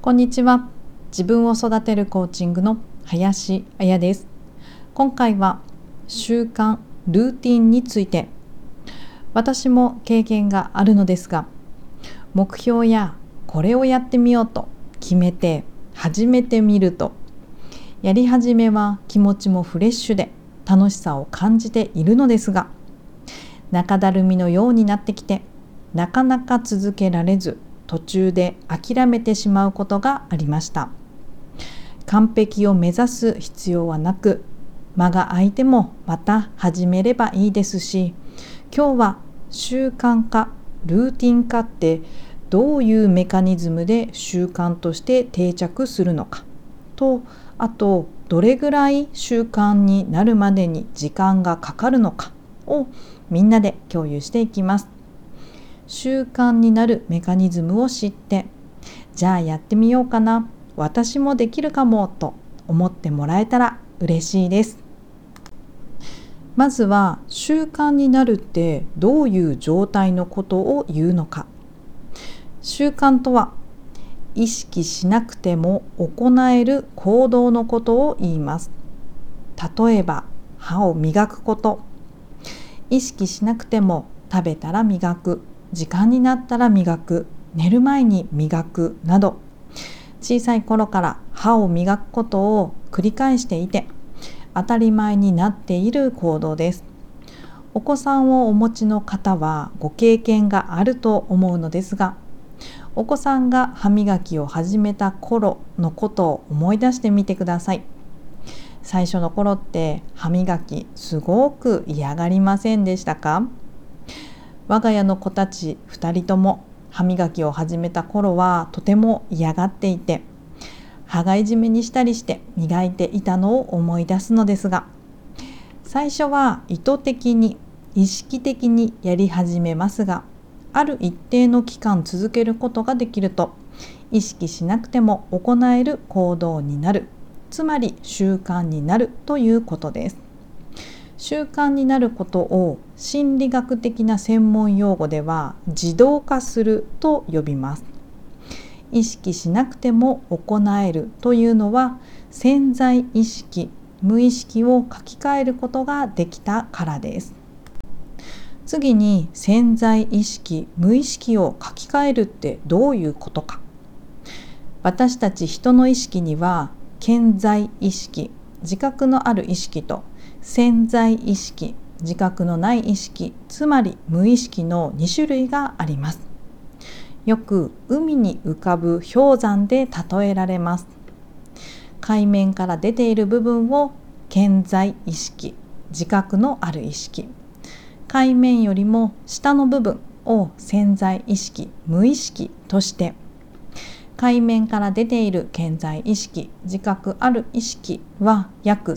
こんにちは。自分を育てるコーチングの林彩です。今回は習慣、ルーティンについて。私も経験があるのですが、目標やこれをやってみようと決めて始めてみると、やり始めは気持ちもフレッシュで楽しさを感じているのですが、中だるみのようになってきて、なかなか続けられず、途中で諦めてしまうことがありました。完璧を目指す必要はなく、間が空いてもまた始めればいいですし、今日は習慣化、ルーティン化ってどういうメカニズムで習慣として定着するのかと、あとどれぐらい習慣になるまでに時間がかかるのかをみんなで共有していきます。習慣になるメカニズムを知って、じゃあやってみようかな、私もできるかもと思ってもらえたら嬉しいです。まずは習慣になるってどういう状態のことを言うのか。習慣とは意識しなくても行える行動のことを言います。例えば歯を磨くこと、意識しなくても食べたら磨く、時間になったら磨く、寝る前に磨くなど、小さい頃から歯を磨くことを繰り返していて当たり前になっている行動です。お子さんをお持ちの方はご経験があると思うのですが、お子さんが歯磨きを始めた頃のことを思い出してみてください。最初の頃って歯磨きすごく嫌がりませんでしたか？我が家の子たち2人とも歯磨きを始めた頃はとても嫌がっていて、羽交い締めにしたりして磨いていたのを思い出すのですが、最初は意図的に意識的にやり始めますが、ある一定の期間続けることができると、意識しなくても行える行動になる、つまり習慣になるということです。習慣になることを心理学的な専門用語では自動化すると呼びます。意識しなくても行えるというのは、潜在意識、無意識を書き換えることができたからです。次に潜在意識、無意識を書き換えるってどういうことか。私たち人の意識には顕在意識、自覚のある意識と潜在意識、自覚のない意識、つまり無意識の2種類があります。よく海に浮かぶ氷山で例えられます。海面から出ている部分を顕在意識、自覚のある意識、海面よりも下の部分を潜在意識、無意識として、海面から出ている顕在意識、自覚ある意識は約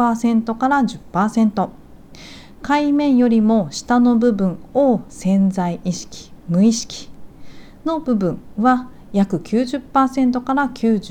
3% から 10%、海面よりも下の部分を潜在意識、無意識の部分は約 90% から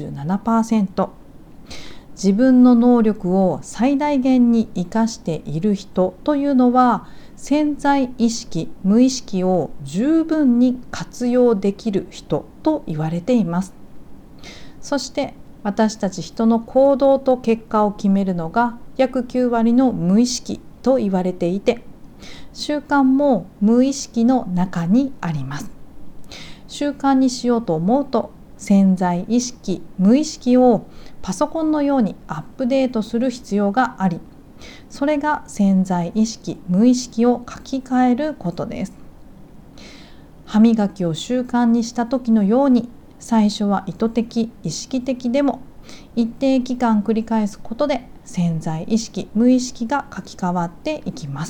97%。自分の能力を最大限に生かしている人というのは、潜在意識、無意識を十分に活用できる人と言われています。そして私たち人の行動と結果を決めるのが約9割の無意識と言われていて、習慣も無意識の中にあります。習慣にしようと思うと、潜在意識、無意識をパソコンのようにアップデートする必要があり、それが潜在意識、無意識を書き換えることです。歯磨きを習慣にした時のように、最初は意図的、意識的でも一定期間繰り返すことで潜在意識、無意識が書き換わっていきます。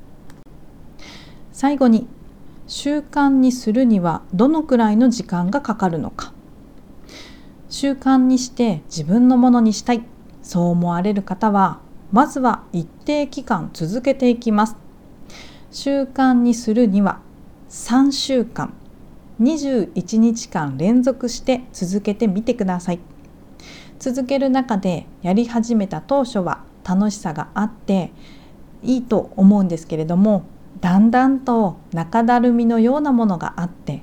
最後に、習慣にするにはどのくらいの時間がかかるのか。習慣にして自分のものにしたい、そう思われる方は、まずは一定期間続けていきます。習慣にするには3週間、21日間連続して続けてみてください。続ける中でやり始めた当初は楽しさがあっていいと思うんですけれども、だんだんと中だるみのようなものがあって、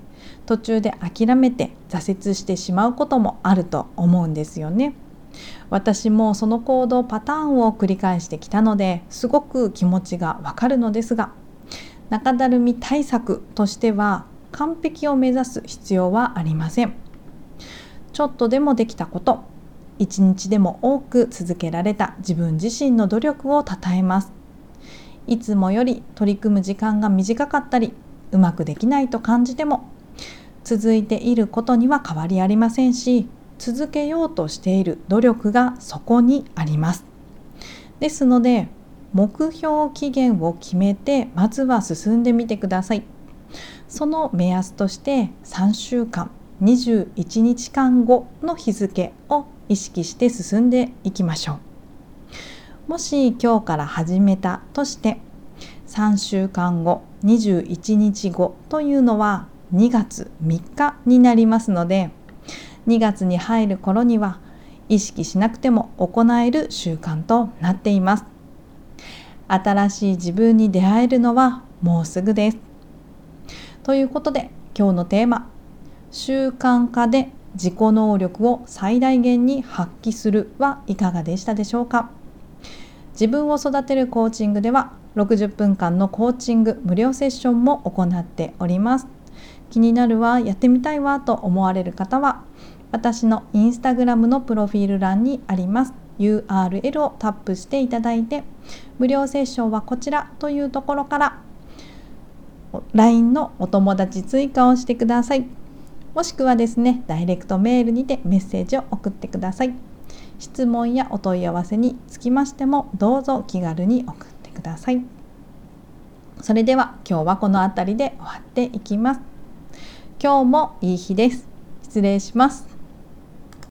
途中で諦めて挫折してしまうこともあると思うんですよね。私もその行動パターンを繰り返してきたのですごく気持ちがわかるのですが、中だるみ対策としては完璧を目指す必要はありません。ちょっとでもできたこと、一日でも多く続けられた自分自身の努力を称えます。いつもより取り組む時間が短かったり、うまくできないと感じても、続いていることには変わりありませんし、続けようとしている努力がそこにあります。ですので、目標期限を決めてまずは進んでみてください。その目安として3週間、21日間後の日付を意識して進んでいきましょう。もし今日から始めたとして3週間後、21日後というのは2月3日になりますので、2月に入る頃には意識しなくても行える習慣となっています。新しい自分に出会えるのはもうすぐです。ということで今日のテーマ、習慣化で自己能力を最大限に発揮するはいかがでしたでしょうか。自分を育てるコーチングでは60分間のコーチング無料セッションも行っております。気になるわ、やってみたいわと思われる方は、私のインスタグラムのプロフィール欄にあります URL をタップしていただいて、無料セッションはこちらというところから LINE のお友達追加をしてください。もしくはですね、ダイレクトメールにてメッセージを送ってください。質問やお問い合わせにつきましてもどうぞ気軽に送ってください。それでは今日はこの辺りで終わっていきます。今日もいい日です。失礼します。